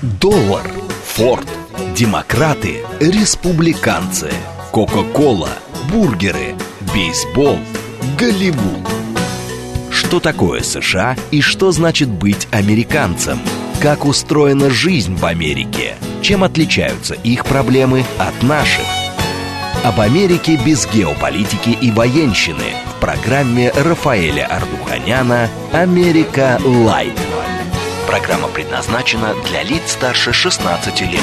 Доллар, Форд, демократы, республиканцы, Кока-кола, бургеры, бейсбол, Голливуд. Что такое США и что значит быть американцем? Как устроена жизнь в Америке? Чем отличаются их проблемы от наших? Об Америке без геополитики и военщины в программе Рафаэля Ардуханяна «Америка Лайт». Программа предназначена для лиц старше 16 лет.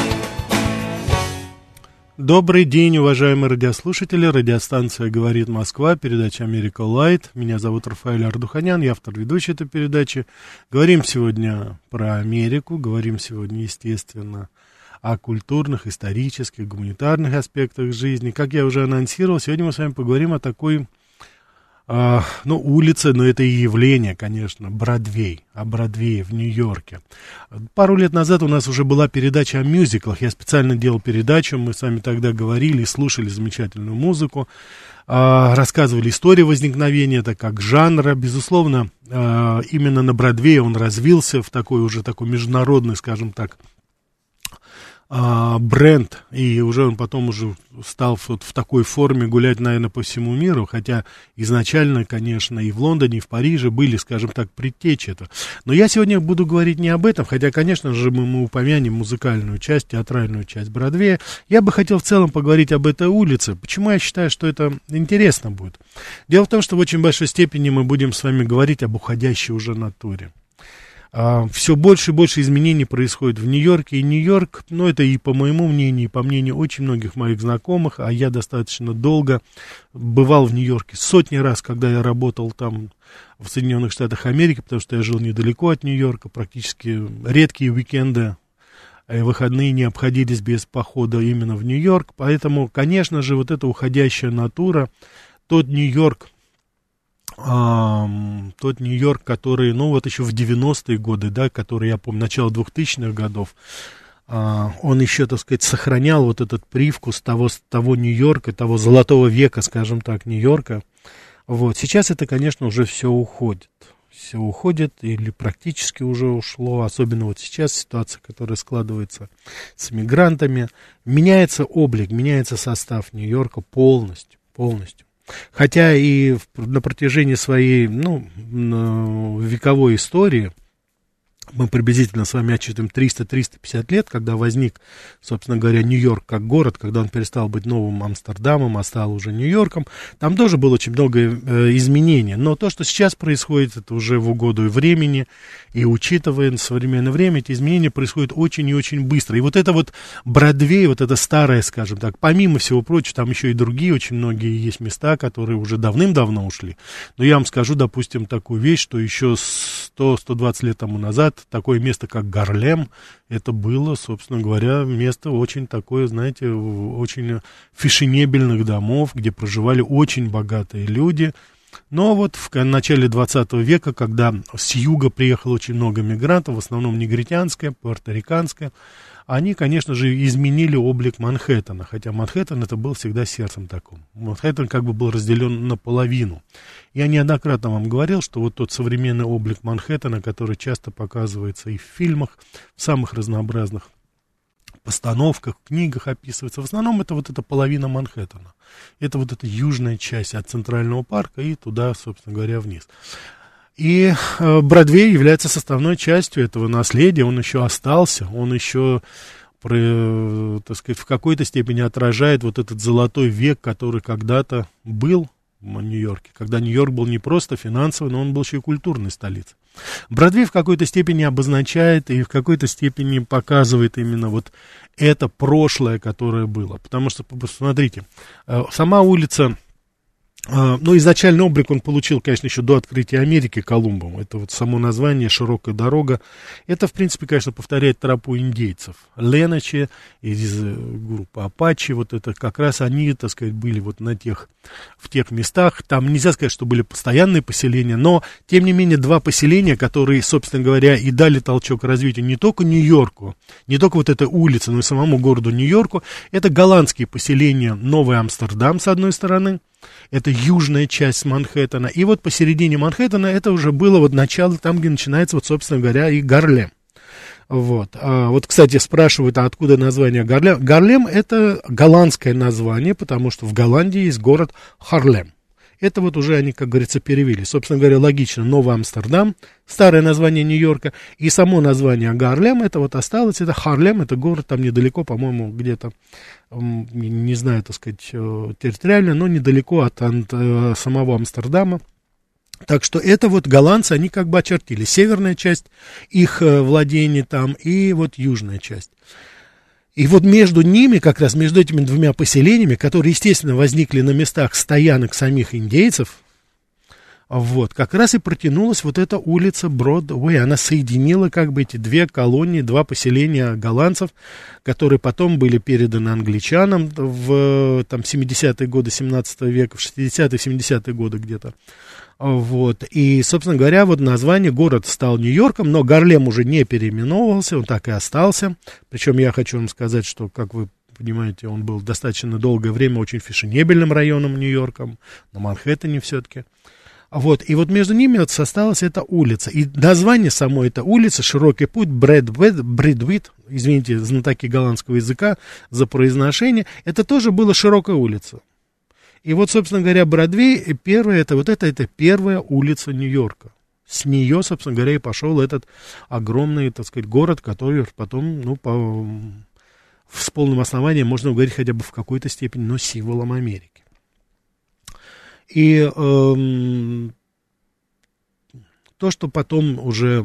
Добрый день, уважаемые радиослушатели. Радиостанция «Говорит Москва», передача «Америка Лайт». Меня зовут Рафаэль Ардуханян, я автор-ведущий этой передачи. Говорим сегодня про Америку, говорим сегодня, естественно, о культурных, исторических, гуманитарных аспектах жизни. Как я уже анонсировал, сегодня мы с вами поговорим о такой, улице, но это и явление, конечно, Бродвей, о Бродвее в Нью-Йорке. Пару лет назад у нас уже была передача о мюзиклах. Я специально делал передачу, мы с вами тогда говорили, слушали замечательную музыку, рассказывали историю возникновения, это как жанра. Безусловно, именно на Бродвее он развился в такой международный, скажем так, бренд, и уже он потом уже стал в такой форме гулять, наверное, по всему миру, хотя изначально, конечно, и в Лондоне, и в Париже были, скажем так, предтечи этого. Но я сегодня буду говорить не об этом, хотя, конечно же, мы упомянем музыкальную часть, театральную часть Бродвея. Я бы хотел в целом поговорить об этой улице. Почему я считаю, что это интересно будет? Дело в том, что в очень большой степени мы будем с вами говорить об уходящей уже натуре. Все больше и больше изменений происходит в Нью-Йорке, и Нью-Йорк, это и по моему мнению, и по мнению очень многих моих знакомых, а я достаточно долго бывал в Нью-Йорке, сотни раз, когда я работал там в Соединенных Штатах Америки, потому что я жил недалеко от Нью-Йорка, практически редкие уикенды, выходные не обходились без похода именно в Нью-Йорк, поэтому, конечно же, вот эта уходящая натура, тот Нью-Йорк, который, еще в 90-е годы, да, который, я помню, начало 2000-х годов, он еще, так сказать, сохранял вот этот привкус того Нью-Йорка, того золотого века, скажем так, Нью-Йорка. Вот. Сейчас это, конечно, уже все уходит. Все уходит или практически уже ушло, особенно вот сейчас ситуация, которая складывается с мигрантами. Меняется облик, меняется состав Нью-Йорка полностью. Хотя и на протяжении своей, вековой истории, мы приблизительно с вами отчитываем 300-350 лет, когда возник, собственно говоря, Нью-Йорк как город, когда он перестал быть новым Амстердамом, а стал уже Нью-Йорком, там тоже было очень много изменений. Но то, что сейчас происходит, это уже в угоду и времени, и учитывая современное время, эти изменения происходят очень и очень быстро. И вот это вот Бродвей, вот это старое, скажем так, помимо всего прочего, там еще и другие очень многие есть места, которые уже давным-давно ушли. Но я вам скажу, допустим, такую вещь, что еще 100-120 лет тому назад такое место, как Гарлем, это было, собственно говоря, место очень такое, знаете, очень фешенебельных домов, где проживали очень богатые люди. Но вот в начале 20 века, когда с юга приехало очень много мигрантов, в основном негритянское, пуэрториканское, они, конечно же, изменили облик Манхэттена, хотя Манхэттен это был всегда сердцем таким. Манхэттен как бы был разделен наполовину. Я неоднократно вам говорил, что вот тот современный облик Манхэттена, который часто показывается и в фильмах, в самых разнообразных постановках, книгах описывается, в основном это вот эта половина Манхэттена. Это вот эта южная часть от Центрального парка и туда, собственно говоря, вниз. И Бродвей является составной частью этого наследия, он еще остался, он еще, так сказать, в какой-то степени отражает вот этот золотой век, который когда-то был в Нью-Йорке, когда Нью-Йорк был не просто финансовый, но он был еще и культурной столицей. Бродвей в какой-то степени обозначает и в какой-то степени показывает именно вот это прошлое, которое было. Потому что, посмотрите, сама улица, изначальный облик он получил, конечно, еще до открытия Америки Колумбом. Это вот само название «Широкая дорога». Это, в принципе, конечно, повторяет тропу индейцев. Леначи из группы Апачи, вот это как раз они, так сказать, были вот в тех местах. Там нельзя сказать, что были постоянные поселения, но, тем не менее, два поселения, которые, собственно говоря, и дали толчок развитию не только Нью-Йорку, не только вот этой улице, но и самому городу Нью-Йорку. Это голландские поселения Новый Амстердам, с одной стороны, это южная часть Манхэттена. И вот посередине Манхэттена это уже было вот начало, там, где начинается, вот, собственно говоря, и Гарлем. Вот. Вот, кстати, спрашивают, а откуда название Гарлем? Гарлем — это голландское название, потому что в Голландии есть город Харлем. Это вот уже они, как говорится, перевели. Собственно говоря, логично, Новый Амстердам, старое название Нью-Йорка, и само название Гарлем, это вот осталось, это Харлем, это город там недалеко, по-моему, где-то, не знаю, так сказать, территориально, но недалеко от самого Амстердама. Так что это вот голландцы, они как бы очертили северная часть их владений там и вот южная часть. И вот между ними, как раз между этими двумя поселениями, которые, естественно, возникли на местах стоянок самих индейцев, вот, как раз и протянулась вот эта улица Бродвей. Она соединила как бы эти две колонии, два поселения голландцев, которые потом были переданы англичанам в там, 70-е годы 17 века, в 60-е, 70-е годы где-то. Вот, и, собственно говоря, вот название, город стал Нью-Йорком, но Гарлем уже не переименовывался, он так и остался. Причем я хочу вам сказать, что, как вы понимаете, он был достаточно долгое время очень фешенебельным районом Нью-Йорком, на Манхэттене все-таки. Вот, и вот между ними вот осталась эта улица. И название самой этой улицы, широкий путь, Брэдвит, извините, знатоки голландского языка за произношение, это тоже была широкая улица. И вот, собственно говоря, Бродвей, первая, это первая улица Нью-Йорка. С нее, собственно говоря, и пошел этот огромный, так сказать, город, который потом, ну, с полным основанием можно говорить хотя бы в какой-то степени, но символом Америки. И то, что потом уже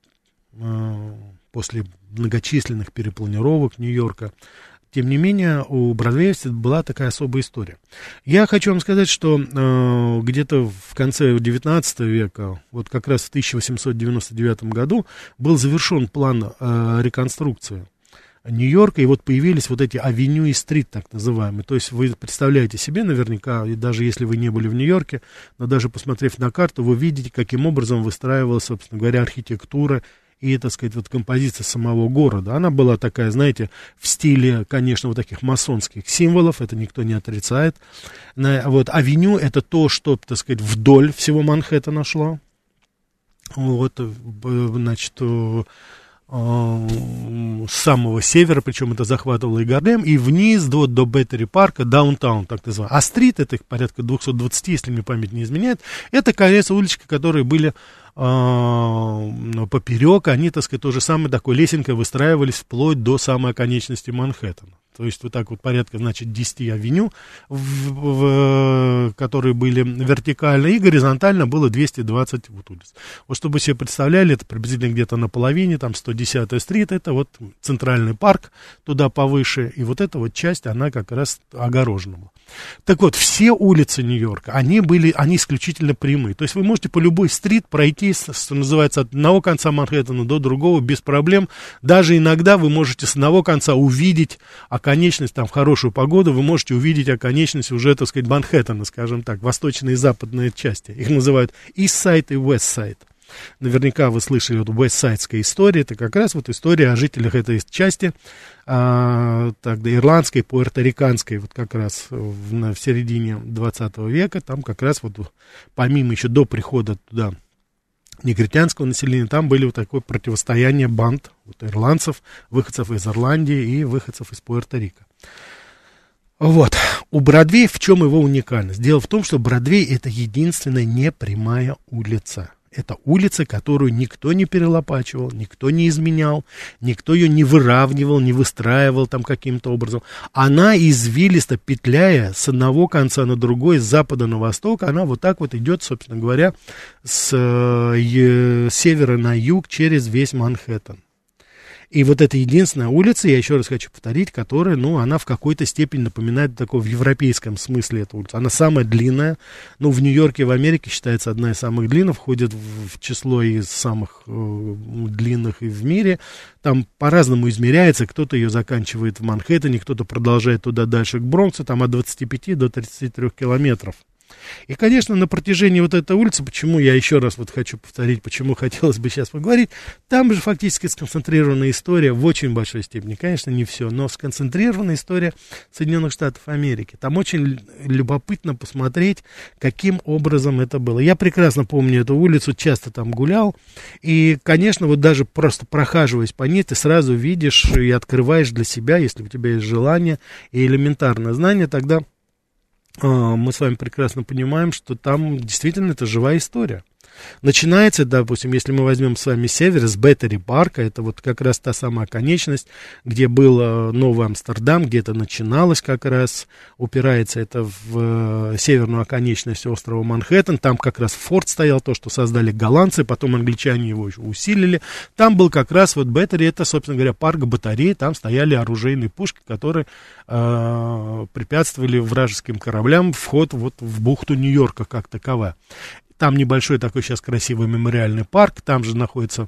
после многочисленных перепланировок Нью-Йорка, тем не менее, у Бродвея была такая особая история. Я хочу вам сказать, что где-то в конце XIX века, вот как раз в 1899 году, был завершен план реконструкции Нью-Йорка, и вот появились вот эти авеню и стрит, так называемые. То есть вы представляете себе наверняка, и даже если вы не были в Нью-Йорке, но даже посмотрев на карту, вы видите, каким образом выстраивалась, собственно говоря, архитектура и, так сказать, вот композиция самого города. Она была такая, знаете, в стиле, конечно, вот таких масонских символов, это никто не отрицает. Вот авеню — это то, что, так сказать, вдоль всего Манхэттена шло. Вот, значит, с самого севера, причем это захватывало и Гарлем, и вниз до Беттери парка, даунтаун, так называемый. А стрит, это их порядка 220, если мне память не изменяет, это, конечно, улички, которые были поперек, они, так сказать, то же самое, такой лесенкой выстраивались вплоть до самой оконечности Манхэттена. То есть вот так вот порядка, значит, 10 авеню, которые были вертикально, и горизонтально было 220 вот улиц. Вот чтобы себе представляли, это приблизительно где-то на половине, там 110-я стрит, это вот центральный парк, туда повыше, и вот эта вот часть, она как раз огорожена была. Так вот, все улицы Нью-Йорка, они исключительно прямые. То есть вы можете по любой стрит пройти, что называется, от одного конца Манхэттена до другого без проблем. Даже иногда вы можете с одного конца увидеть оконечность, там в хорошую погоду, вы можете увидеть оконечность уже, так сказать, Манхэттена, скажем так, восточные и западные части. Их называют East Side и West Side. Наверняка вы слышали вот West-Сайдская история, это как раз вот история о жителях этой части, тогда ирландской, пуэрториканской, вот как раз в середине 20 века, там как раз вот помимо еще до прихода туда негритянского населения, там были вот такое противостояние банд вот, ирландцев, выходцев из Ирландии и выходцев из Пуэрто-Рико. Вот, у Бродвея в чем его уникальность? Дело в том, что Бродвей — это единственная непрямая улица. Это улица, которую никто не перелопачивал, никто не изменял, никто ее не выравнивал, не выстраивал там каким-то образом. Она извилисто, петляя с одного конца на другой, с запада на восток, она вот так вот идет, собственно говоря, с севера на юг через весь Манхэттен. И вот это единственная улица, я еще раз хочу повторить, которая, ну, она в какой-то степени напоминает такой в европейском смысле эту улицу. Она самая длинная, ну, в Нью-Йорке, в Америке считается одна из самых длинных, входит в число из самых длинных и в мире. Там по-разному измеряется, кто-то ее заканчивает в Манхэттене, кто-то продолжает туда дальше к Бронксу, там от 25 до 33 километров. И, конечно, на протяжении вот этой улицы, почему я еще раз вот хочу повторить, почему хотелось бы сейчас поговорить, там же фактически сконцентрирована история в очень большой степени, конечно, не все, но сконцентрирована история Соединенных Штатов Америки. Там очень любопытно посмотреть, каким образом это было. Я прекрасно помню эту улицу, часто там гулял, и, конечно, вот даже просто прохаживаясь по ней, ты сразу видишь и открываешь для себя, если у тебя есть желание и элементарное знание, тогда мы с вами прекрасно понимаем, что там действительно это живая история. Начинается, допустим, если мы возьмем с вами север, с Беттери парка, это вот как раз та самая конечность, где был Новый Амстердам, где это начиналось как раз, упирается это в северную оконечность острова Манхэттен, там как раз форт стоял, то, что создали голландцы, потом англичане его еще усилили, там был как раз вот Беттери, это, собственно говоря, парк батареи, там стояли оружейные пушки, которые препятствовали вражеским кораблям вход вот в бухту Нью-Йорка как таковая. Там небольшой такой сейчас красивый мемориальный парк, там же находятся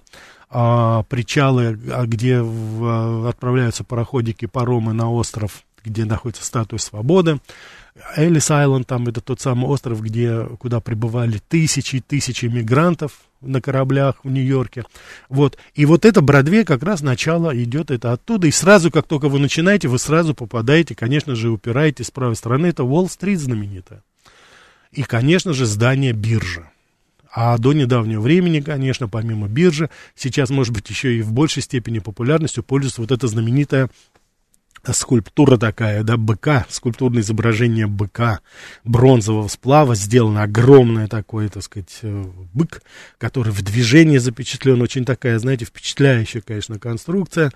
причалы, где отправляются пароходики, паромы на остров, где находится статуя свободы. Эллис-Айленд, там это тот самый остров, куда прибывали тысячи и тысячи мигрантов на кораблях в Нью-Йорке. Вот. И вот это Бродвей, как раз начало идет это оттуда. И сразу, как только вы начинаете, вы сразу попадаете, конечно же, упираетесь с правой стороны. Это Уолл-стрит знаменитая. И, конечно же, здание биржи. А до недавнего времени, конечно, помимо биржи, сейчас, может быть, еще и в большей степени популярностью пользуется вот эта знаменитая скульптура такая, да, быка, скульптурное изображение быка бронзового сплава, сделано огромное такое, так сказать, бык, который в движении запечатлен, очень такая, знаете, впечатляющая, конечно, конструкция,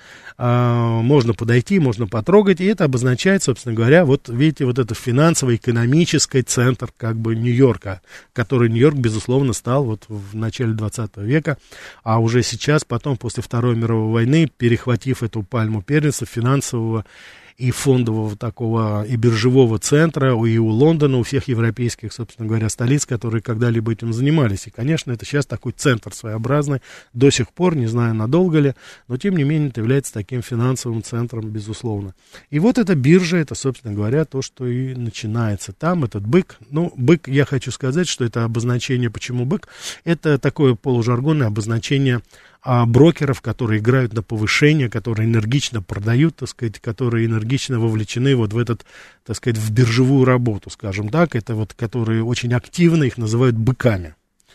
можно подойти, можно потрогать, и это обозначает, собственно говоря, вот, видите, вот это финансово-экономический центр, как бы, Нью-Йорка, который Нью-Йорк, безусловно, стал вот в начале 20 века, а уже сейчас, потом, после Второй мировой войны, перехватив эту пальму первенства финансового и фондового такого, и биржевого центра, и у Лондона, у всех европейских, собственно говоря, столиц, которые когда-либо этим занимались. И, конечно, это сейчас такой центр своеобразный, до сих пор, не знаю, надолго ли, но, тем не менее, это является таким финансовым центром, безусловно. И вот эта биржа, это, собственно говоря, то, что и начинается там, этот бык. Ну, бык, я хочу сказать, что это обозначение, почему бык, это такое полужаргонное обозначение брокеров, которые играют на повышение, которые энергично продают, так сказать, которые энергично вовлечены вот в этот, так сказать, в биржевую работу, скажем так, это вот, которые очень активно, их называют быками.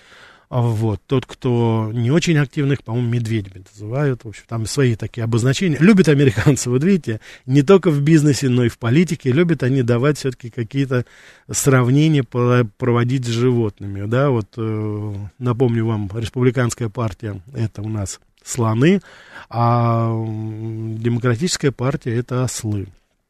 Вот, тот, кто не очень активных, по-моему, медведями называют, в общем, там свои такие обозначения. Любят американцы, вот видите, не только в бизнесе, но и в политике, любят они давать все-таки какие-то сравнения, проводить с животными, да, вот, напомню вам, республиканская партия, это у нас слоны, а демократическая партия, это ослы.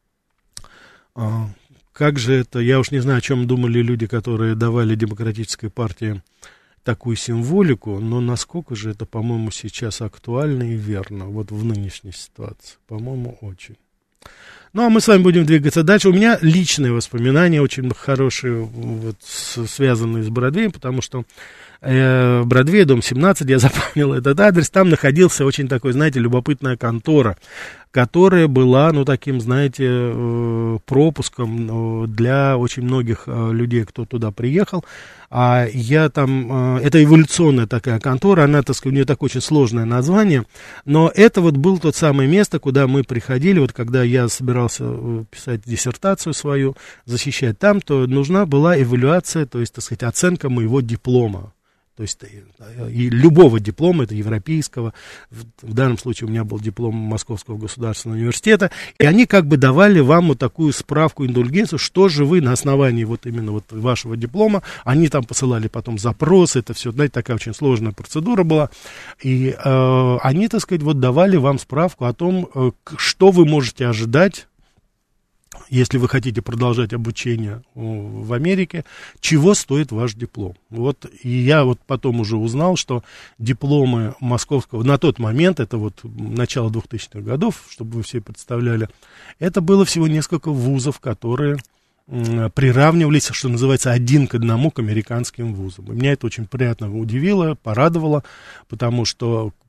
Как же это, я уж не знаю, о чем думали люди, которые давали демократической партии такую символику, но насколько же это, по-моему, сейчас актуально и верно, вот в нынешней ситуации, по-моему, очень. Ну, а мы с вами будем двигаться дальше. У меня личные воспоминания очень хорошие, вот, связанные с Бродвеем, потому что Бродвей, дом 17, я запомнил этот адрес, там находился очень такой, знаете, любопытная контора, которая была, ну, таким, знаете, пропуском для очень многих людей, кто туда приехал. А я там, это эволюционная такая контора, она, так сказать, у нее такое очень сложное название, но это вот было тот самое место, куда мы приходили, вот когда я собирался писать диссертацию свою, защищать там, то нужна была эвалюация, то есть, так сказать, оценка моего диплома. То есть и любого диплома, это европейского, в данном случае у меня был диплом Московского государственного университета, и они как бы давали вам вот такую справку, индульгенцию, что же вы на основании вот именно вот вашего диплома, они там посылали потом запросы, это все, знаете, такая очень сложная процедура была, и они, так сказать, вот давали вам справку о том, что вы можете ожидать, если вы хотите продолжать обучение в Америке, чего стоит ваш диплом. Вот, и я вот потом уже узнал, что дипломы московского, на тот момент, это вот начало 2000-х годов, чтобы вы все представляли, это было всего несколько вузов, которые приравнивались, что называется, 1 к 1 к американским вузам. И меня это очень приятно удивило, порадовало, потому что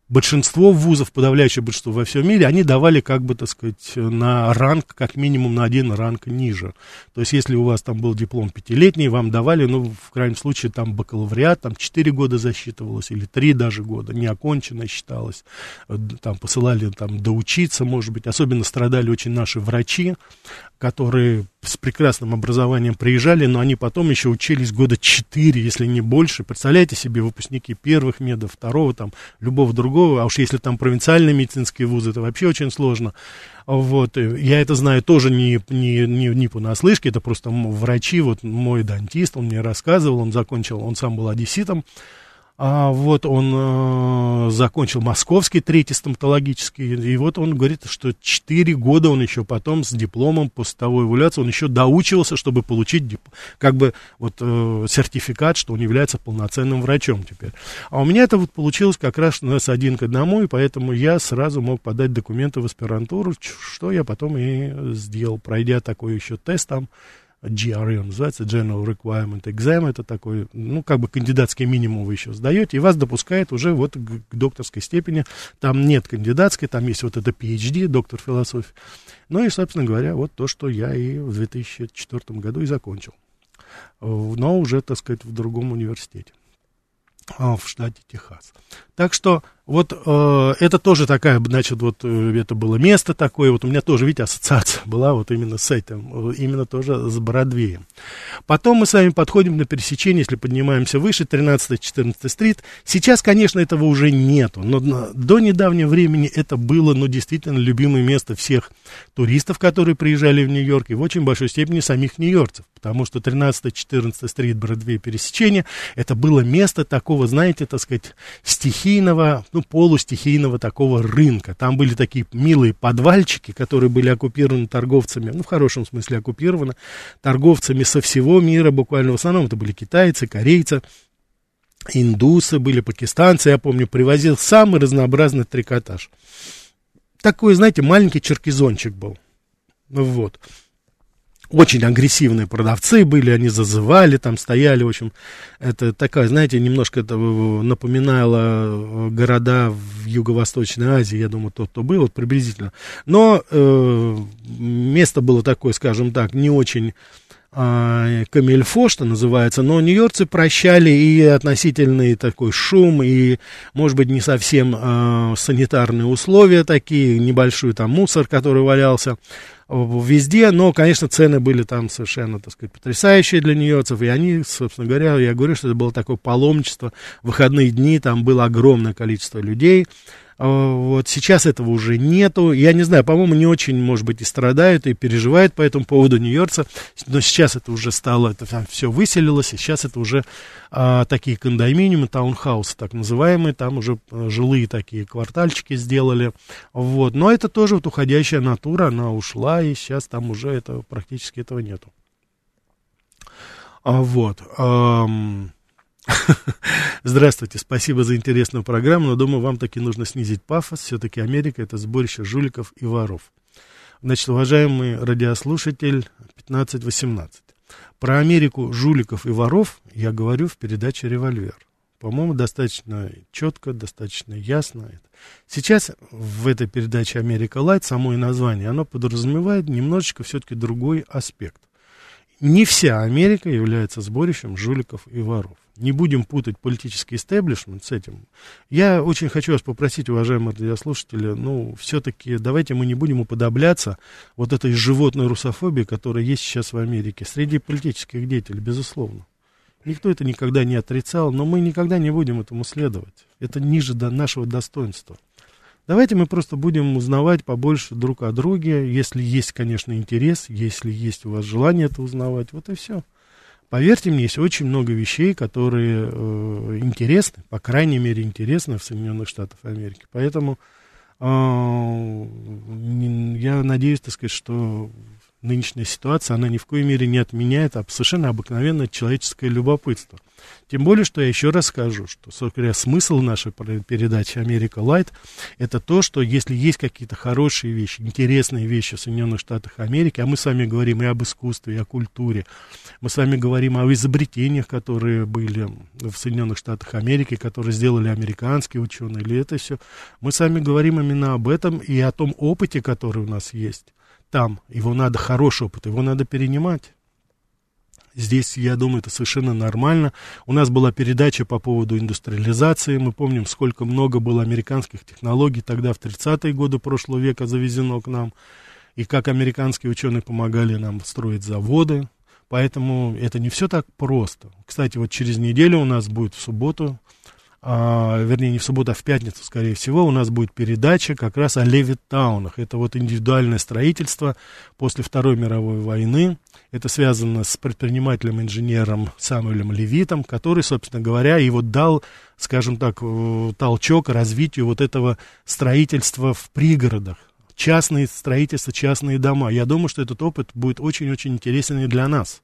большинство вузов, подавляющее большинство во всем мире, они давали, как бы, так сказать, на ранг, как минимум на один ранг ниже. То есть, если у вас там был диплом 5-летний, вам давали, ну, в крайнем случае, там, бакалавриат, там, 4 года засчитывалось, или 3 даже года, неоконченное считалось, там, посылали, там, доучиться, может быть, особенно страдали очень наши врачи, которые с прекрасным образованием приезжали, но они потом еще учились года 4, если не больше. Представляете себе, выпускники первых медов, второго, там, любого другого, а уж если там провинциальные медицинские вузы, это вообще очень сложно. Вот, я это знаю тоже не понаслышке, это просто врачи, вот мой дантист, он мне рассказывал, он закончил, он сам был одесситом. Вот он закончил московский третий стоматологический, и вот он говорит, что 4 года он еще потом с дипломом постовой эволюции, он еще доучивался, чтобы получить как бы вот сертификат, что он является полноценным врачом теперь. А у меня это вот получилось как раз с 1 к 1, и поэтому я сразу мог подать документы в аспирантуру, что я потом и сделал, пройдя такой еще тест там. GRE он называется, General Requirement Exam, это такой, ну, как бы кандидатский минимум вы еще сдаете, и вас допускает уже вот к докторской степени, там нет кандидатской, там есть вот это PhD, доктор философии, ну и, собственно говоря, вот то, что я и в 2004 году и закончил, но уже, так сказать, в другом университете, в штате Техас. Так что вот это тоже такая, значит, вот это было место такое, вот у меня тоже, видите, ассоциация была вот именно с этим, именно тоже с Бродвеем. Потом мы с вами подходим на пересечение, если поднимаемся выше, 13-14 стрит. Сейчас, конечно, этого уже нету, но до недавнего времени это было, ну, действительно любимое место всех туристов, которые приезжали в Нью-Йорк, и в очень большой степени самих нью-йоркцев, потому что 13-14 стрит, Бродвей, пересечение, это было место такого, знаете, так сказать, стихийного, ну, полустихийного такого рынка. Там были такие милые подвальчики, которые были оккупированы торговцами, ну, в хорошем смысле оккупированы, торговцами со всего мира, буквально в основном это были китайцы, корейцы, индусы, были пакистанцы, я помню, привозил самый разнообразный трикотаж. Такой, знаете, маленький черкизончик был. Вот. Очень агрессивные продавцы были, они зазывали, там стояли, в общем, это такая, знаете, немножко это напоминало города в Юго-Восточной Азии, я думаю, тот, кто был, вот приблизительно. Но место было такое, скажем так, не очень камильфо, что называется, но нью-йоркцы прощали и относительный такой шум, и, может быть, не совсем санитарные условия такие, небольшой там мусор, который валялся везде, но, конечно, цены были там совершенно, так сказать, потрясающие для нью-йоркцев, и они, собственно говоря, я говорю, что это было такое паломничество, в выходные дни там было огромное количество людей. Вот сейчас этого уже нету, я не знаю, по-моему, не очень, может быть, и страдают, и переживают по этому поводу нью-йоркцы, но сейчас это уже стало, это там все выселилось, и сейчас это уже такие кондоминиумы, таунхаусы так называемые, там уже жилые такие квартальчики сделали, вот, но это тоже вот уходящая натура, она ушла, и сейчас там уже это, практически этого нету. Вот. Здравствуйте, спасибо за интересную программу, но думаю, вам таки нужно снизить пафос, все-таки Америка — это сборище жуликов и воров. Значит, уважаемый радиослушатель 1518, про Америку жуликов и воров я говорю в передаче «Револьвер». По-моему, достаточно четко, достаточно ясно. Сейчас в этой передаче «Америка Лайт» самое название, оно подразумевает немножечко все-таки другой аспект. Не вся Америка является сборищем жуликов и воров. Не будем путать политический истеблишмент с этим. Я очень хочу вас попросить, уважаемые радиослушатели, ну, все-таки давайте мы не будем уподобляться вот этой животной русофобии, которая есть сейчас в Америке, среди политических деятелей, безусловно. Никто это никогда не отрицал, но мы никогда не будем этому следовать. Это ниже нашего достоинства. Давайте мы просто будем узнавать побольше друг о друге, если есть, конечно, интерес, если есть у вас желание это узнавать, вот и все. Поверьте мне, есть очень много вещей, которые интересны, по крайней мере, интересны в Соединенных Штатах Америки. Поэтому я надеюсь, так сказать, что нынешняя ситуация, она ни в коей мере не отменяет совершенно обыкновенное человеческое любопытство. Тем более, что я еще раз скажу, что, собственно говоря, смысл нашей передачи «Америка Лайт» — это то, что если есть какие-то хорошие вещи, интересные вещи в Соединенных Штатах Америки, а мы с вами говорим и об искусстве, и о культуре, мы с вами говорим о изобретениях, которые были в Соединенных Штатах Америки, которые сделали американские ученые, или это все, мы с вами говорим именно об этом и о том опыте, который у нас есть там. Его надо, хороший опыт, его надо перенимать. Здесь, я думаю, это совершенно нормально. У нас была передача по поводу индустриализации. Мы помним, сколько много было американских технологий тогда, в 30-е годы прошлого века, завезено к нам. И как американские ученые помогали нам строить заводы. Поэтому это не все так просто. Кстати, вот через неделю у нас будет в субботу, вернее, не в субботу, а в пятницу, скорее всего, у нас будет передача как раз о Левиттаунах. Это вот индивидуальное строительство после Второй мировой войны. Это связано с предпринимателем-инженером Самуэлем Левитом, который, собственно говоря, и вот дал, скажем так, толчок развитию вот этого строительства в пригородах. Частные строительства, частные дома. Я думаю, что этот опыт будет очень-очень интересен и для нас.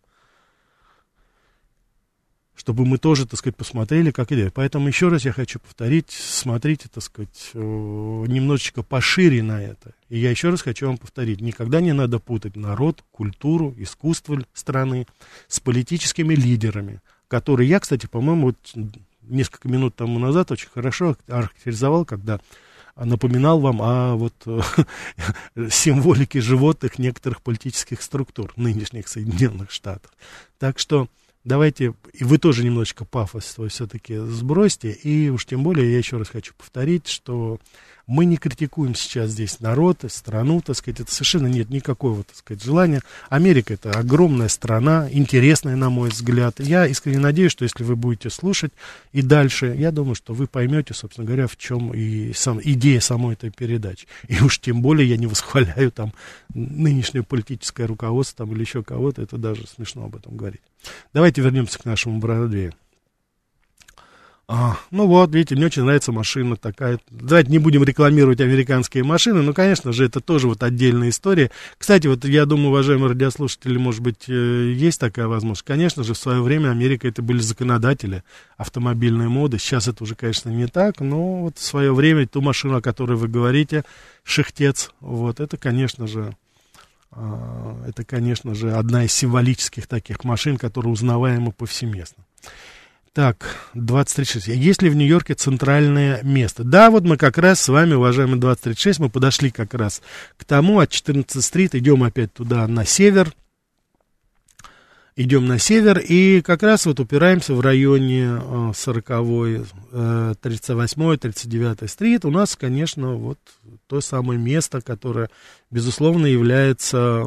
Чтобы мы тоже, так сказать, посмотрели, как идет. Поэтому еще раз я хочу повторить, смотрите, так сказать, немножечко пошире на это. И я еще раз хочу вам повторить, никогда не надо путать народ, культуру, искусство страны с политическими лидерами, которые я, кстати, по-моему, вот несколько минут тому назад очень хорошо охарактеризовал, когда напоминал вам о вот символике животных некоторых политических структур нынешних Соединенных Штатов. Так что давайте, и вы тоже немножечко пафос все-таки сбросьте, и уж тем более я еще раз хочу повторить, что мы не критикуем сейчас здесь народ, страну, так сказать, это совершенно нет никакого, так сказать, желания. Америка — это огромная страна, интересная, на мой взгляд. Я искренне надеюсь, что если вы будете слушать и дальше, я думаю, что вы поймете, собственно говоря, в чем и идея самой этой передачи. И уж тем более я не восхваляю там нынешнее политическое руководство там, или еще кого-то, это даже смешно об этом говорить. Давайте вернемся к нашему Бродвею. Ну вот, видите, мне очень нравится машина такая. Давайте не будем рекламировать американские машины, но, конечно же, это тоже вот отдельная история. Кстати, вот я думаю, уважаемые радиослушатели, может быть, есть такая возможность. Конечно же, в свое время Америка — это были законодатели автомобильной моды. Сейчас это уже, конечно, не так, но вот в свое время ту машину, о которой вы говорите, «Шехтец», вот, это, конечно же, одна из символических таких машин, которая узнаваема повсеместно. Так, 2036. Есть ли в Нью-Йорке центральное место? Да, вот мы как раз с вами, уважаемые 2036, мы подошли как раз к тому, от 14-й стрит, идем опять туда на север. Идем на север и как раз вот упираемся в районе 40-й, 38-й, 39-й стрит. У нас, конечно, вот то самое место, которое, безусловно, является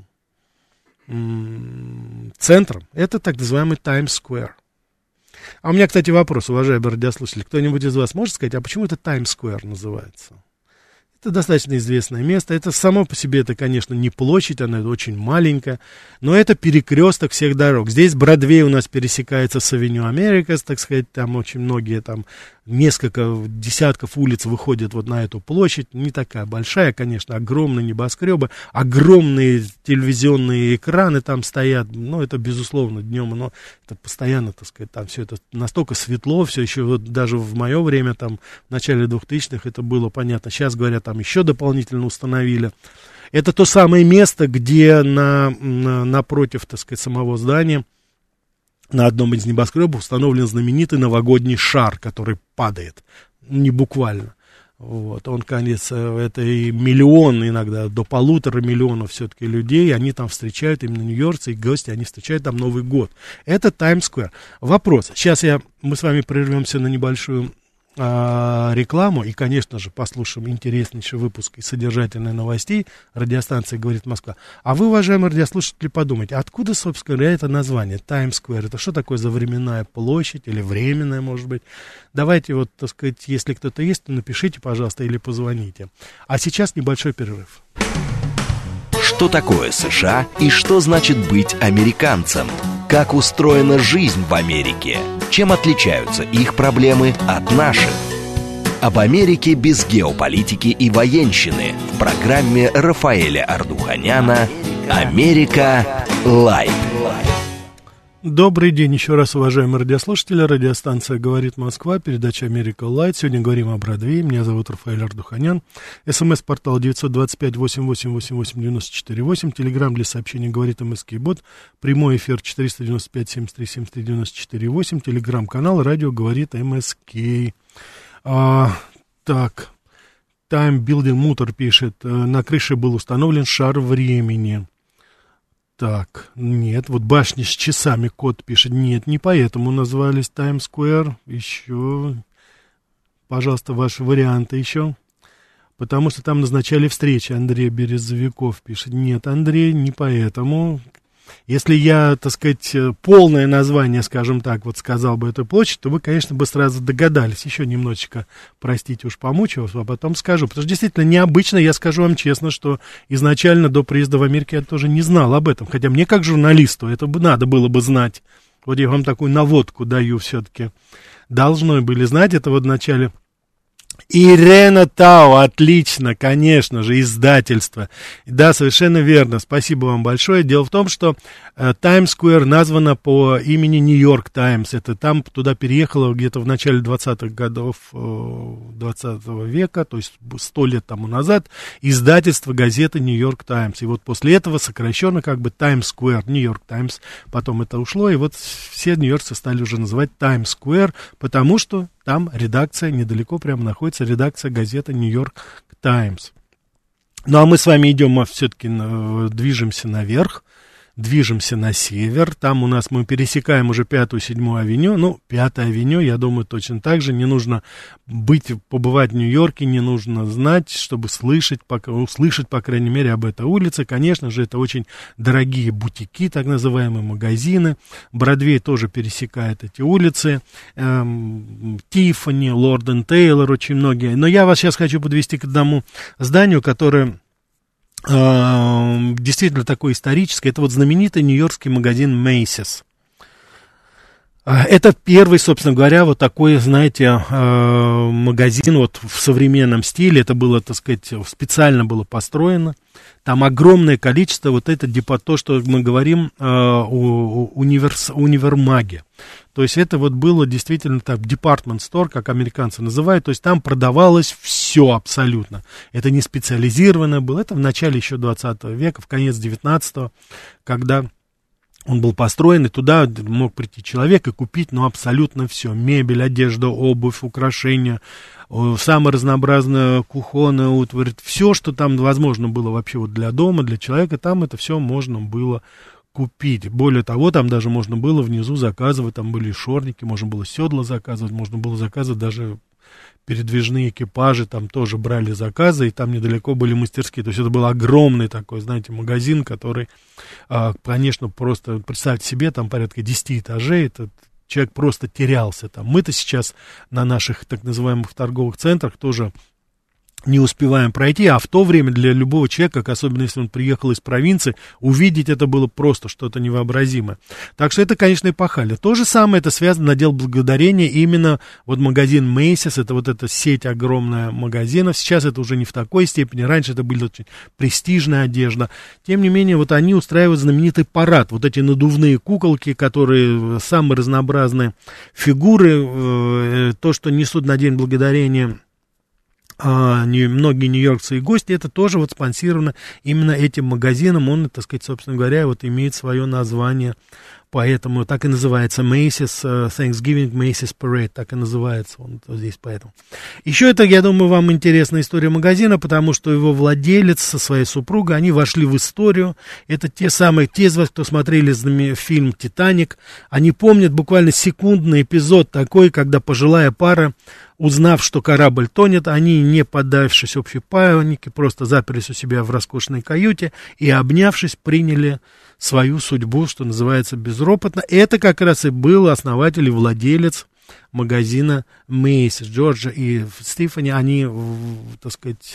центром. Это так называемый Таймс-сквер. А у меня, кстати, вопрос, уважаемые радиослушатели. Кто-нибудь из вас может сказать, а почему это Таймс-сквер называется? Это достаточно известное место. Это само по себе, это, конечно, не площадь, она очень маленькая, но это перекресток всех дорог. Здесь Бродвей у нас пересекается с Авеню Америкас, так сказать, там очень многие, там несколько десятков улиц выходят вот на эту площадь. Не такая большая, конечно, огромные небоскребы, огромные телевизионные экраны там стоят. Ну, это, безусловно, днем, но это постоянно, так сказать, там все это настолько светло, все еще вот даже в мое время, там, в начале 2000-х это было понятно. Сейчас, говорят, там еще дополнительно установили. Это то самое место, где напротив, так сказать, самого здания на одном из небоскребов установлен знаменитый новогодний шар, который падает, не буквально. Вот, он, конечно, это и миллион, иногда до 1,5 миллиона все-таки людей, они там встречают, именно нью-йоркцы и гости, они встречают там Новый год. Это Таймс-сквер. Вопрос. Сейчас мы с вами прервемся на небольшую рекламу и, конечно же, послушаем интереснейший выпуск и содержательные новостей радиостанции «Говорит Москва». А вы, уважаемые радиослушатели, подумайте, откуда, собственно говоря, это название Таймс-сквер? Это что такое за временная площадь или временная, может быть? Давайте вот, так сказать, если кто-то есть, то напишите, пожалуйста, или позвоните. А сейчас небольшой перерыв. Что такое США и что значит быть американцем? Как устроена жизнь в Америке? Чем отличаются их проблемы от наших? Об Америке без геополитики и военщины в программе Рафаэля Ардуханяна Америка Лайт. Добрый день еще раз, уважаемые радиослушатели. Радиостанция «Говорит Москва», передача «Америка Лайт». Сегодня говорим о Бродвее. Меня зовут Рафаэль Ардуханян. СМС-портал 925-88-94-8. Телеграмм для сообщений «Говорит МСК Бот». Прямой эфир 495-73-73-94-8. Телеграмм-канал «Радио Говорит МСК». Так, Time Building Motor пишет. На крыше был установлен шар времени. Так, нет, вот башни с часами, кот пишет, нет, не поэтому назвались Times Square, еще, пожалуйста, ваши варианты еще, потому что там назначали встречи, Андрей Березовиков пишет, нет, Андрей, не поэтому, если я, так сказать, полное название, скажем так, вот сказал бы эту площадь, то вы, конечно, бы сразу догадались, еще немножечко, простите, уж помучу вас, а потом скажу, потому что действительно необычно, я скажу вам честно, что изначально до приезда в Америку я тоже не знал об этом, хотя мне как журналисту это бы надо было бы знать, вот я вам такую наводку даю все-таки, должны были знать это вот в начале. Ирена Тау, отлично, конечно же, издательство. Да, совершенно верно, спасибо вам большое. Дело в том, что Times Square названа по имени Нью-Йорк Таймс. Это там туда переехало где-то в начале 20-х годов 20 века, то есть 100 лет тому назад, издательство газеты Нью-Йорк Таймс. И вот после этого сокращенно как бы Times Square, Нью-Йорк Таймс. Потом это ушло, и вот все нью-йоркцы стали уже называть Times Square, потому что там редакция, недалеко прямо находится редакция газеты «Нью-Йорк Таймс». Ну, а мы с вами идем, все-таки движемся наверх, движемся на север. Там у нас мы пересекаем уже 5-ю, 7-ю авеню. Ну, 5-я авеню, я думаю, точно так же. Не нужно побывать в Нью-Йорке, не нужно знать, чтобы услышать, по крайней мере, об этой улице. Конечно же, это очень дорогие бутики, так называемые магазины. Бродвей тоже пересекает эти улицы. Тиффани, Лорд энд Тейлор, очень многие. Но я вас сейчас хочу подвести к одному зданию, которое действительно такой исторический. Это вот знаменитый нью-йоркский магазин Macy's. Это первый, собственно говоря, вот такой, знаете, магазин вот в современном стиле. Это было, так сказать, специально было построено. Там огромное количество, вот это то, что мы говорим универмаге. То есть это вот было действительно так, department store, как американцы называют, то есть там продавалось все абсолютно. Это не специализированное было, это в начале еще 20 века, в конец 19-го, когда он был построен, и туда мог прийти человек и купить, ну, абсолютно все. Мебель, одежда, обувь, украшения, самое разнообразное кухонное утварь, все, что там возможно было вообще вот для дома, для человека, там это все можно было купить. Более того, там даже можно было внизу заказывать, там были шорники, можно было седла заказывать, можно было заказывать даже передвижные экипажи, там тоже брали заказы, и там недалеко были мастерские. То есть это был огромный такой, знаете, магазин, который, конечно, просто, представьте себе, там порядка 10 этажей, этот человек просто терялся там. Мы-то сейчас на наших так называемых торговых центрах тоже не успеваем пройти, а в то время для любого человека, особенно если он приехал из провинции, увидеть это было просто что-то невообразимое. Так что это, конечно, эпохально. То же самое, это связано на День Благодарения, именно вот магазин Macy's, это вот эта сеть огромная магазинов, сейчас это уже не в такой степени, раньше это была очень престижная одежда, тем не менее, вот они устраивают знаменитый парад, вот эти надувные куколки, которые самые разнообразные фигуры, то, что несут на День Благодарения многие нью-йоркцы и гости, это тоже вот спонсировано именно этим магазином, он, так сказать, собственно говоря, вот имеет свое название, поэтому так и называется Macy's Thanksgiving Macy's Parade, так и называется он вот здесь, поэтому. Еще это, я думаю, вам интересная история магазина, потому что его владелец со своей супругой, они вошли в историю, это те из вас, кто смотрели фильм «Титаник», они помнят буквально секундный эпизод такой, когда пожилая пара, узнав, что корабль тонет, они, не поддавшись общей панике, просто заперлись у себя в роскошной каюте и, обнявшись, приняли свою судьбу, что называется, безропотно. Это как раз и был основатель и владелец магазина Macy's. Джордж и Стефани, они, так сказать,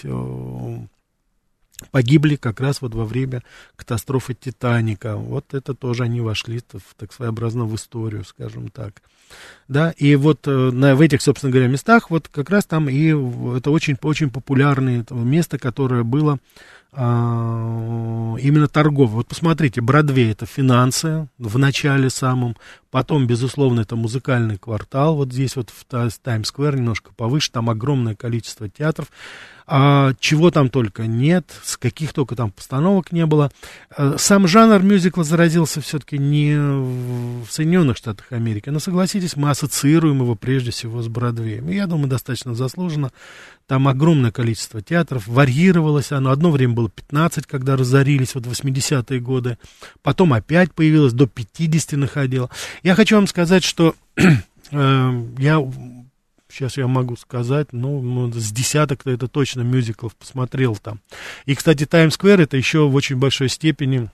погибли как раз вот во время катастрофы Титаника. Вот это тоже они вошли так своеобразно в историю, скажем так. Да, и вот в этих, собственно говоря, местах, вот как раз там и это очень, очень популярное место, которое было именно торговый. Вот посмотрите, Бродвей — это финансы в начале самом, потом, безусловно, это музыкальный квартал, вот здесь вот в Таймс-сквер немножко повыше, там огромное количество театров, чего там только нет, с каких только там постановок не было. Сам жанр мюзикла заразился все-таки не в Соединенных Штатах Америки, но, согласитесь, мы ассоциируем его прежде всего с Бродвеем. И я думаю, достаточно заслуженно. Там огромное количество театров, варьировалось оно. Одно время было 15, когда разорились, вот 80-е годы. Потом опять появилось, до 50 находило. Я хочу вам сказать, что сейчас я могу сказать, с десяток это точно мюзиклов посмотрел там. И, кстати, Таймс-сквер — это еще в очень большой степени...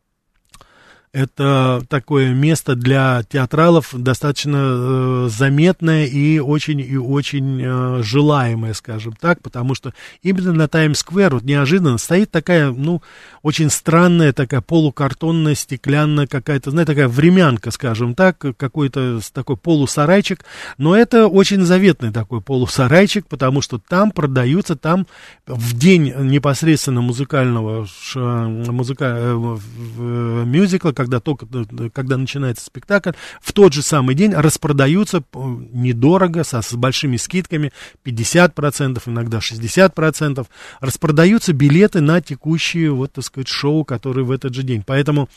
Это такое место для театралов достаточно заметное и очень желаемое, скажем так, потому что именно на Таймс-сквер вот неожиданно стоит такая, очень странная такая полукартонная, стеклянная какая-то, знаете, такая времянка, скажем так, какой-то такой полусарайчик, но это очень заветный такой полусарайчик, потому что там продаются, там в день непосредственно мюзикла, когда начинается спектакль, в тот же самый день распродаются недорого, с большими скидками, 50%, иногда 60%, распродаются билеты на текущие, вот, так сказать, шоу, которые в этот же день. Поэтому,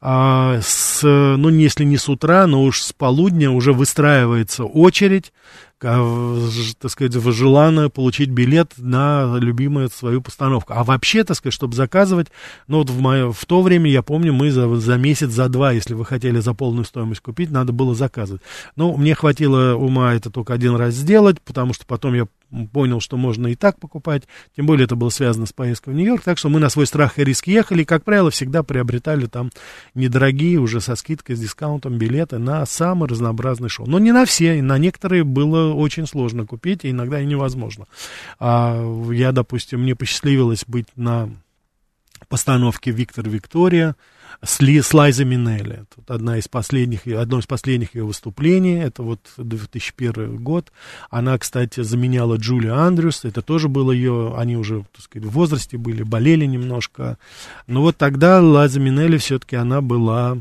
если не с утра, но уж с полудня уже выстраивается очередь, так сказать, желание получить билет на любимую свою постановку. А вообще, так сказать, чтобы заказывать, в то время, я помню, мы за месяц, за два, если вы хотели за полную стоимость купить, надо было заказывать. Мне хватило ума это только один раз сделать, потому что потом я понял, что можно и так покупать, тем более это было связано с поездкой в Нью-Йорк, так что мы на свой страх и риск ехали, и, как правило, всегда приобретали там недорогие, уже со скидкой, с дискаунтом билеты на самые разнообразные шоу. Но не на все, на некоторые было очень сложно купить, и иногда и невозможно. Я, допустим, мне посчастливилось быть на постановке «Виктор Виктория» с Лайзой Минелли. Тут одно из последних ее выступлений, это вот 2001 год. Она, кстати, заменяла Джулию Андрюс, это тоже было ее, они уже, так сказать, в возрасте были, болели немножко. Но вот тогда Лайза Минелли все-таки она была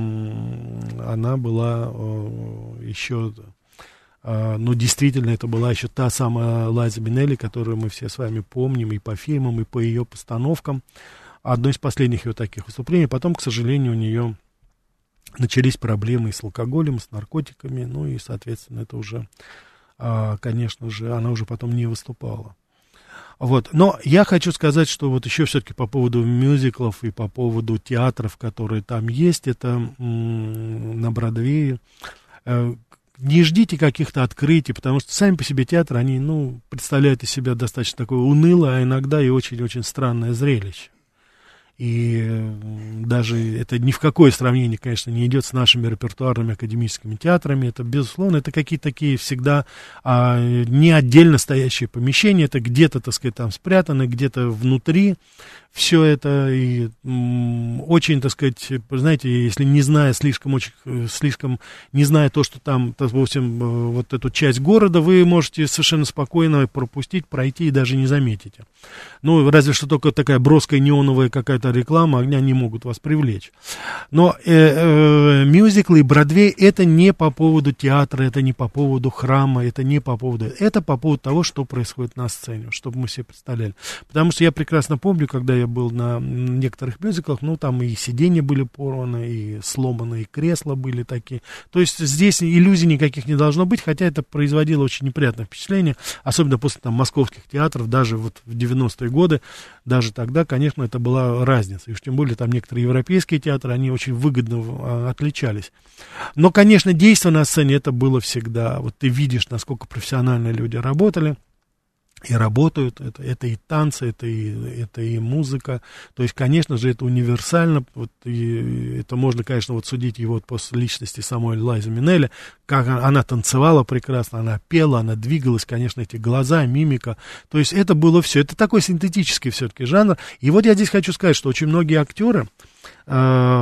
еще... действительно, это была еще та самая Лайза Минелли, которую мы все с вами помним и по фильмам, и по ее постановкам. Одно из последних ее таких выступлений. Потом, к сожалению, у нее начались проблемы с алкоголем, с наркотиками, и, соответственно, это уже, конечно же, она уже потом не выступала. Вот. Но я хочу сказать, что вот еще все-таки по поводу мюзиклов и по поводу театров, которые там есть, это на Бродвее. Не ждите каких-то открытий, потому что сами по себе театры, они, представляют из себя достаточно такое унылое, а иногда и очень-очень странное зрелище. И даже это ни в какое сравнение, конечно, не идет с нашими репертуарными академическими театрами. Это, безусловно, это какие-то такие всегда не отдельно стоящие помещения. Это где-то, так сказать, там спрятаны, где-то внутри все это. И очень, так сказать, знаете, если не зная слишком не зная то, что там, допустим, вот эту часть города, вы можете совершенно спокойно пропустить, пройти и даже не заметите. Разве что только такая броская неоновая какая-то реклама, огня не могут вас привлечь. Но мюзиклы и Бродвей — это не по поводу театра, это не по поводу храма, это не по поводу... Это по поводу того, что происходит на сцене, чтобы мы себе представляли. Потому что я прекрасно помню, когда я был на некоторых мюзиклах, там и сиденья были порваны, и сломанные кресла были такие. То есть здесь иллюзий никаких не должно быть, хотя это производило очень неприятное впечатление, особенно после московских театров, даже вот в 90-е годы, даже тогда, конечно, это была разница. И уж тем более там некоторые европейские театры, они очень выгодно отличались. Но, конечно, действо на сцене это было всегда. Вот ты видишь, насколько профессионально люди работали и работают. Это и танцы, это и музыка. То есть, конечно же, это универсально. Вот, и это можно, конечно, вот судить его после личности самой Лайзы Минелли, как она танцевала прекрасно, она пела, она двигалась, конечно, эти глаза, мимика. То есть это было все. Это такой синтетический все-таки жанр. И вот я здесь хочу сказать, что очень многие актеры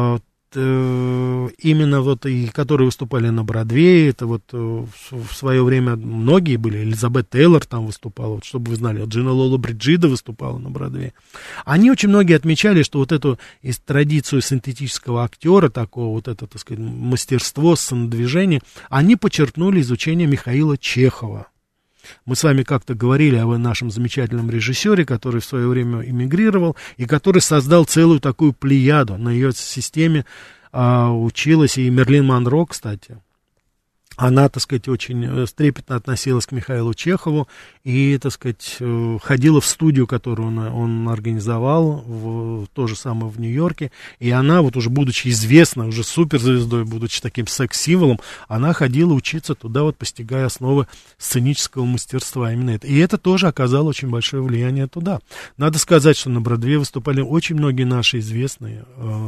именно вот и которые выступали на Бродвее, это вот в свое время многие были, Элизабет Тейлор там выступала, вот, чтобы вы знали, Джина Лоло Бриджида выступала на Бродвее. Они очень многие отмечали, что вот эту традицию синтетического актера, такого вот это, так сказать, мастерство, сценодвижение, они почерпнули из учения Михаила Чехова. Мы с вами как-то говорили о нашем замечательном режиссере, который в свое время эмигрировал и который создал целую такую плеяду. На ее системе училась и Мерлин Монро, кстати. Она, так сказать, очень трепетно относилась к Михаилу Чехову и, так сказать, ходила в студию, которую он организовал, то же самое в Нью-Йорке. И она, вот уже будучи известной, уже суперзвездой, будучи таким секс-символом, она ходила учиться туда, вот постигая основы сценического мастерства. Именно это. И это тоже оказало очень большое влияние туда. Надо сказать, что на Бродвее выступали очень многие наши известные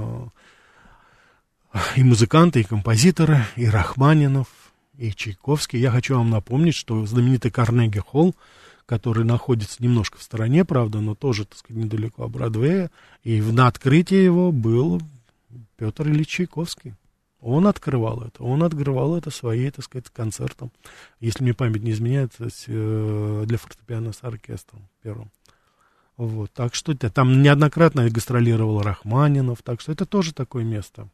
и музыканты, и композиторы, и Рахманинов, и Чайковский. Я хочу вам напомнить, что знаменитый Карнеги-холл, который находится немножко в стороне, правда, но тоже, так сказать, недалеко от Бродвея, и на открытии его был Петр Ильич Чайковский. Он открывал это своим, так сказать, концертом, если мне память не изменяет, для фортепиано с оркестром первым. Вот, так что там неоднократно гастролировал Рахманинов, так что это тоже такое место.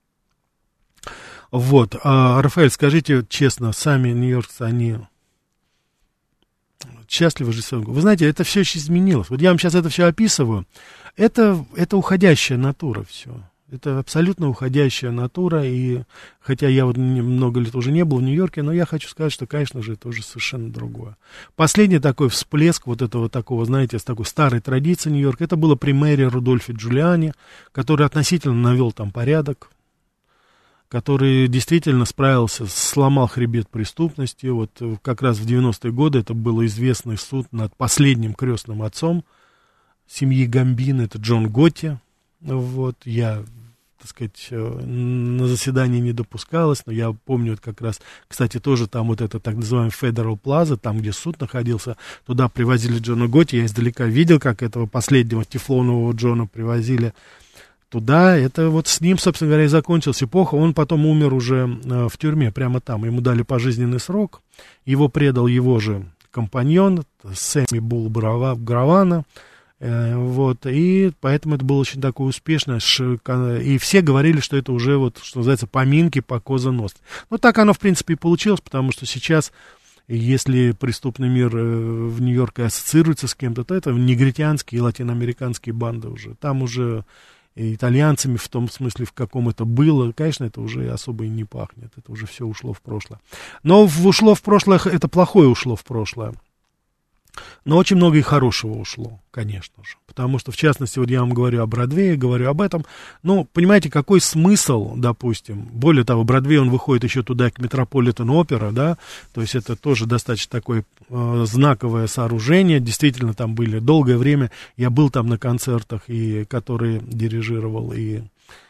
Вот, Рафаэль, скажите честно, сами нью-йоркцы, они счастливы же? Вы знаете, это все еще изменилось. Вот я вам сейчас это все описываю. Это уходящая натура все. Это абсолютно уходящая натура. И хотя я вот много лет уже не был в Нью-Йорке, но я хочу сказать, что, конечно же, это уже совершенно другое. Последний такой всплеск вот этого такого, знаете, с такой старой традиции Нью-Йорка, это было при мэре Рудольфе Джулиани, который относительно навел там порядок, который действительно справился, сломал хребет преступности. Вот как раз в 90-е годы это был известный суд над последним крестным отцом семьи Гамбино, это Джон Готти. Вот, я, так сказать, на заседании не допускалось, но я помню вот как раз, кстати, тоже там вот это так называемый Federal Plaza, там, где суд находился, туда привозили Джона Готти, я издалека видел, как этого последнего тефлонового Джона привозили туда. Это вот с ним, собственно говоря, и закончилась эпоха. Он потом умер уже в тюрьме, прямо там. Ему дали пожизненный срок. Его предал его же компаньон Сэмми Булл Гравана. Вот, и поэтому это было очень такое успешное. И все говорили, что это уже, вот, что называется, поминки по Коза Ностре. Ну, так оно, в принципе, и получилось, потому что сейчас, если преступный мир в Нью-Йорке ассоциируется с кем-то, то это негритянские и латиноамериканские банды уже. Там уже итальянцами в том смысле, в каком это было, конечно, это уже особо и не пахнет, это уже все ушло в прошлое. Но ушло в прошлое, это плохое ушло в прошлое. Но очень много и хорошего ушло, конечно же. Потому что, в частности, вот я вам говорю о Бродвее, говорю об этом. Ну, понимаете, какой смысл, допустим, более того, Бродвей, он выходит еще туда, к Метрополитен-опера, да, то есть это тоже достаточно такое знаковое сооружение. Действительно, там были долгое время, я был там на концертах, и которые дирижировал и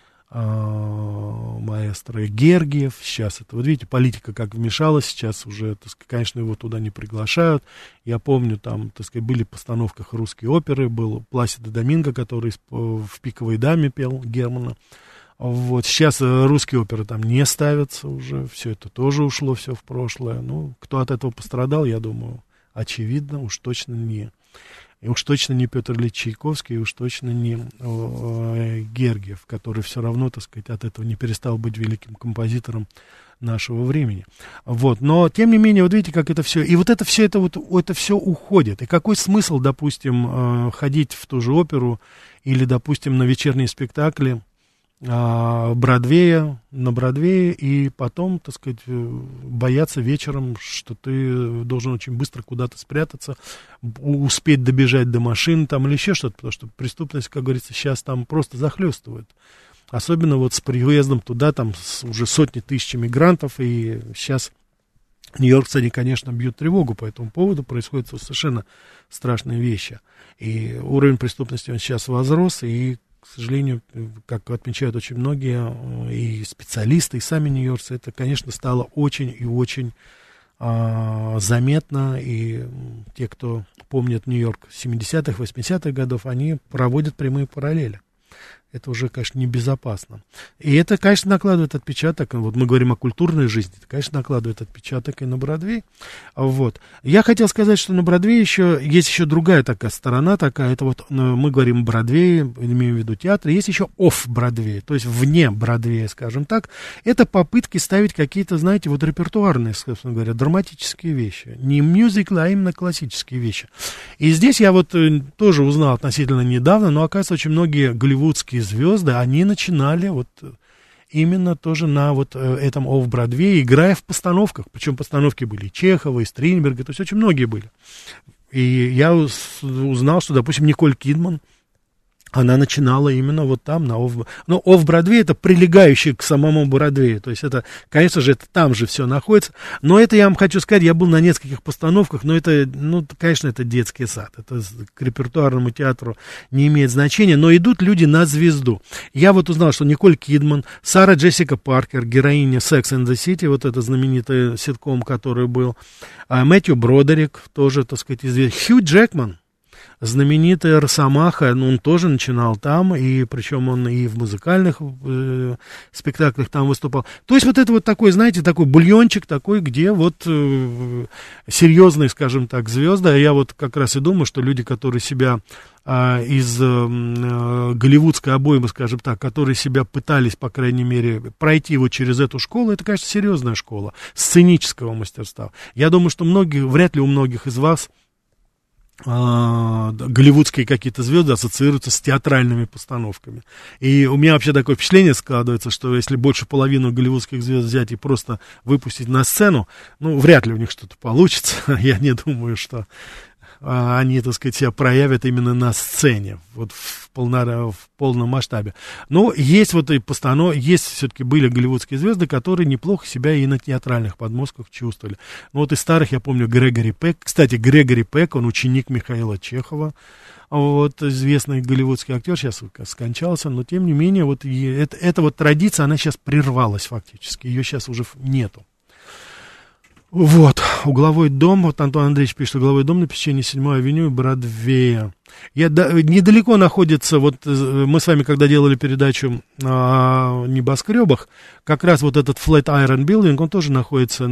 маэстро Гергиев. Сейчас это, вот видите, политика как вмешалась, сейчас уже, так сказать, конечно, его туда не приглашают. Я помню, там, так сказать, были в постановках русские оперы, был Пласидо Доминго, который в «Пиковой даме» пел Германа. Вот, сейчас русские оперы там не ставятся уже, все это тоже ушло, все в прошлое. Ну, кто от этого пострадал, я думаю, очевидно, уж точно не. И уж точно не Петр Ильич Чайковский, и уж точно не Гергиев, который все равно, так сказать, от этого не перестал быть великим композитором нашего времени. Вот, но, тем не менее, вот видите, как это все, и вот это все, это все уходит. И какой смысл, допустим, ходить в ту же оперу или, допустим, на вечерние спектакли Бродвея, на Бродвее, и потом, так сказать, бояться вечером, что ты должен очень быстро куда-то спрятаться, успеть добежать до машины там или еще что-то, потому что преступность, как говорится, сейчас там просто захлестывает. Особенно вот с приездом туда, там уже сотни тысяч мигрантов, и сейчас нью-йоркцы, они, конечно, бьют тревогу по этому поводу, происходят совершенно страшные вещи. И уровень преступности, он сейчас возрос, и, к сожалению, как отмечают очень многие и специалисты, и сами нью-йоркцы, это, конечно, стало очень и очень заметно, и те, кто помнит Нью-Йорк 70-х, 80-х годов, они проводят прямые параллели. это уже, конечно, небезопасно. И это, конечно, накладывает отпечаток, вот мы говорим о культурной жизни, это, конечно, накладывает отпечаток и на Бродвей. Вот. Я хотел сказать, что на Бродвее есть еще другая такая сторона, это вот мы говорим Бродвей, имеем в виду театр, есть еще офф-Бродвей, то есть вне Бродвея, скажем так. Это попытки ставить какие-то, знаете, вот репертуарные, собственно говоря, драматические вещи. Не мюзиклы, а именно классические вещи. И здесь я вот тоже узнал относительно недавно, но, оказывается, очень многие голливудские звезды, они начинали вот именно тоже на вот этом офф-Бродвее, играя в постановках. Причем постановки были и Чехова, и Стринберга, то есть очень многие были. И я узнал, что, допустим, Николь Кидман, она начинала именно вот там, на но офф-Бродвей — это прилегающий к самому Бродвею, то есть это, конечно же, это там же все находится, но это, я вам хочу сказать, я был на нескольких постановках, но это, конечно, это детский сад, это к репертуарному театру не имеет значения, но идут люди на звезду. Я вот узнал, что Николь Кидман, Сара Джессика Паркер, героиня Sex and the City, вот это знаменитый ситком, который был, Мэтью Бродерик, тоже, так сказать, известный, Хью Джекман, знаменитый Росомаха, он тоже начинал там, и причем он и в музыкальных спектаклях там выступал. То есть вот это вот такой, знаете, такой бульончик такой, где вот серьезные, скажем так, звезды. А я вот как раз и думаю, что люди, которые себя из голливудской обоймы, скажем так, которые себя пытались, по крайней мере, пройти вот через эту школу, это, конечно, серьезная школа сценического мастерства. Я думаю, что вряд ли у многих из вас голливудские какие-то звезды ассоциируются с театральными постановками. И у меня вообще такое впечатление складывается, что если больше половины голливудских звезд взять и просто выпустить на сцену, вряд ли у них что-то получится. Я не думаю, что они, так сказать, себя проявят именно на сцене, вот в полном масштабе. Но есть вот и есть все-таки были голливудские звезды, которые неплохо себя и на театральных подмостках чувствовали. Вот из старых я помню Грегори Пек. Кстати, Грегори Пек, он ученик Михаила Чехова. Вот, известный голливудский актер, сейчас скончался, но тем не менее, вот эта вот традиция, она сейчас прервалась фактически, ее сейчас уже нету. Вот, угловой дом, вот Антон Андреевич пишет, угловой дом на пересечении 7-й авеню и Бродвея. Недалеко находится, вот мы с вами, когда делали передачу о небоскребах, как раз вот этот Flatiron Building, он тоже находится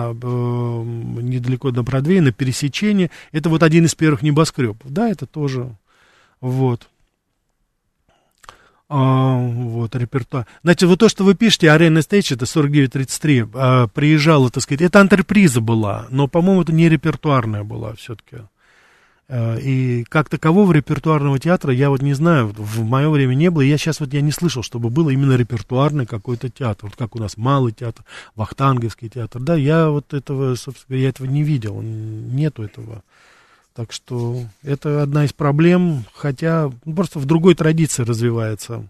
недалеко до Бродвея, на пересечении. Это вот один из первых небоскребов, да, это тоже, вот. Вот, репертуар. Значит, вот то, что вы пишете, Arena Stage, это 4933, приезжала, так сказать, это антреприза была, но, по-моему, это не репертуарная была все-таки. И как такового репертуарного театра, я вот не знаю, в мое время не было, и я не слышал, чтобы было именно репертуарный какой-то театр, вот как у нас Малый театр, Вахтанговский театр, да, я вот этого, собственно, я этого не видел, нету этого. Так что это одна из проблем, хотя просто в другой традиции развивается.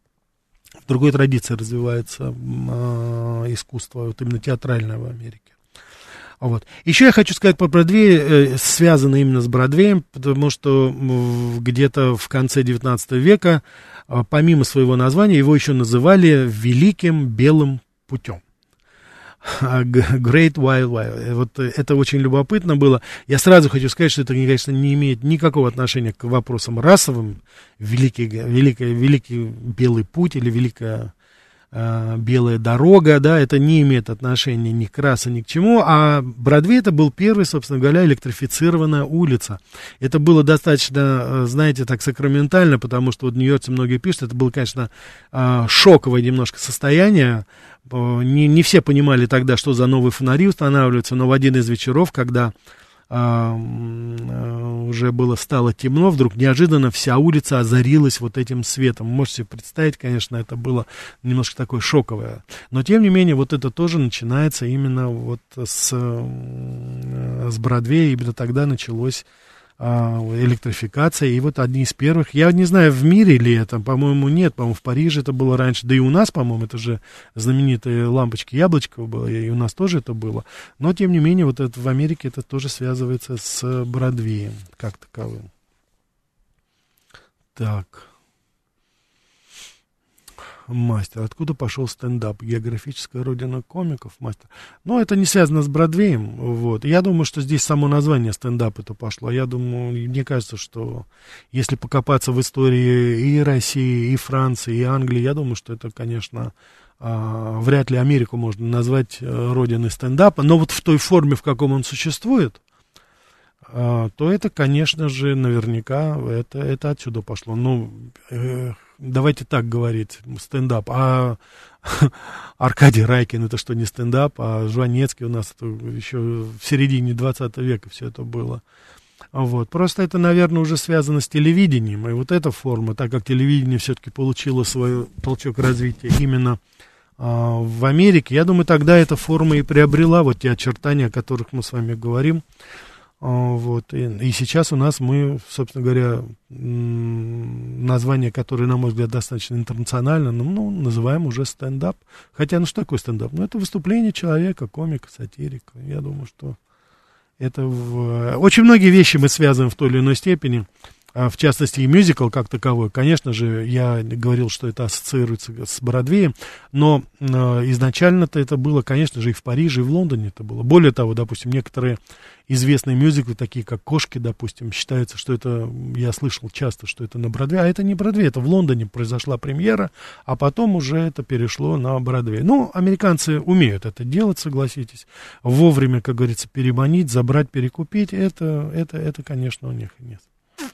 Искусство, вот именно театральное в Америке. Вот. Еще я хочу сказать по Бродвею, связано именно с Бродвеем, потому что где-то в конце 19 века, помимо своего названия, его еще называли Великим Белым путем. Great Wild Wild. Вот это очень любопытно было. Я сразу хочу сказать, что это, конечно, не имеет никакого отношения к вопросам расовым. Великий белый путь или великая белая дорога, да, это не имеет отношения ни к расе, ни к чему. А Бродвей это был первый, собственно говоря, электрифицированная улица. Это было достаточно, знаете, так сакраментально, потому что вот в Нью-Йорке многие пишут, это было, конечно, шоковое немножко состояние. Не все понимали тогда, что за новые фонари устанавливаются, но в один из вечеров, когда уже стало темно, вдруг неожиданно вся улица озарилась вот этим светом. Можете себе представить, конечно, это было немножко такое шоковое. Но, тем не менее, вот это тоже начинается именно вот с Бродвея, именно тогда началось электрификация, и вот одни из первых, я не знаю, в мире ли это, по-моему, нет, по-моему, в Париже это было раньше, да и у нас, по-моему, это же знаменитые лампочки Яблочкова было, и у нас тоже это было, но, тем не менее, вот это в Америке это тоже связывается с Бродвеем, как таковым. Так. мастер. Откуда пошел стендап? Географическая родина комиков, мастер. Но это не связано с Бродвеем. Вот. Я думаю, что здесь само название стендап это пошло. Я думаю, мне кажется, что если покопаться в истории и России, и Франции, и Англии, я думаю, что это, конечно, вряд ли Америку можно назвать родиной стендапа. Но вот в той форме, в каком он существует, то это, конечно же, наверняка это отсюда пошло. Ну, давайте так говорить, стендап. А Аркадий Райкин, это что, не стендап? А Жванецкий у нас это еще в середине 20 века все это было. Вот. Просто это, наверное, уже связано с телевидением. И вот эта форма, так как телевидение все-таки получило свой толчок развития именно в Америке, я думаю, тогда эта форма и приобрела вот те очертания, о которых мы с вами говорим. Вот. И сейчас у нас мы, собственно говоря, название, которое, на мой взгляд, достаточно интернационально, ну, называем уже стендап. Хотя, ну, что такое стендап? Ну, это выступление человека, комика, сатирика. Я думаю, что это... Очень многие вещи мы связываем в той или иной степени. В частности, и мюзикл как таковой. Конечно же, я говорил, что это ассоциируется с Бродвеем, но изначально-то это было, конечно же, и в Париже, и в Лондоне это было. Более того, допустим, некоторые известные мюзиклы, такие как «Кошки», допустим, считается, что это, я слышал часто, что это на Бродвее, а это не Бродвей, это в Лондоне произошла премьера, а потом уже это перешло на Бродвей. Ну, американцы умеют это делать, согласитесь, вовремя, как говорится, переманить, забрать, перекупить, это конечно, у них нет.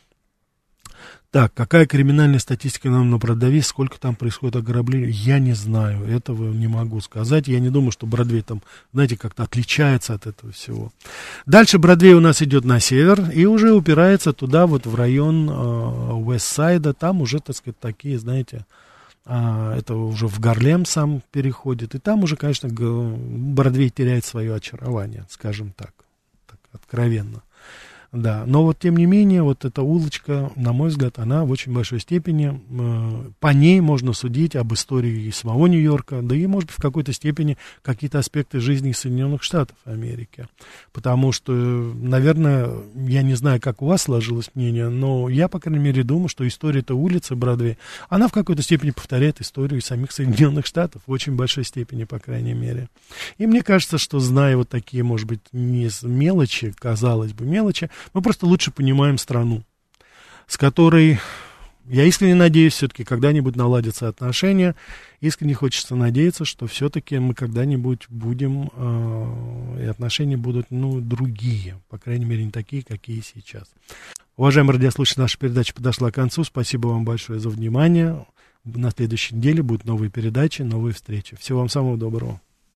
Так, какая криминальная статистика нам на Бродвее, сколько там происходит ограблений, я не знаю, этого не могу сказать, я не думаю, что Бродвей там, знаете, как-то отличается от этого всего. Дальше Бродвей у нас идет на север и уже упирается туда, вот в район Уэстсайда, там уже, так сказать, такие, знаете, это уже в Гарлем сам переходит, и там уже, конечно, Бродвей теряет свое очарование, скажем так откровенно. Да, но вот тем не менее, вот эта улочка, на мой взгляд, она в очень большой степени, по ней можно судить об истории самого Нью-Йорка, да и, может быть, в какой-то степени какие-то аспекты жизни Соединенных Штатов Америки. Потому что, наверное, я не знаю, как у вас сложилось мнение, но я, по крайней мере, думаю, что история этой улицы Бродвей, она в какой-то степени повторяет историю самих Соединенных Штатов, в очень большой степени, по крайней мере. И мне кажется, что, зная вот такие, может быть, не мелочи, казалось бы, мелочи, мы просто лучше понимаем страну, с которой, я искренне надеюсь, все-таки когда-нибудь наладятся отношения. Искренне хочется надеяться, что все-таки мы когда-нибудь будем, и отношения будут, ну, другие, по крайней мере, не такие, какие сейчас. Уважаемые радиослушатели, наша передача подошла к концу. Спасибо вам большое за внимание. На следующей неделе будут новые передачи, новые встречи. Всего вам самого доброго.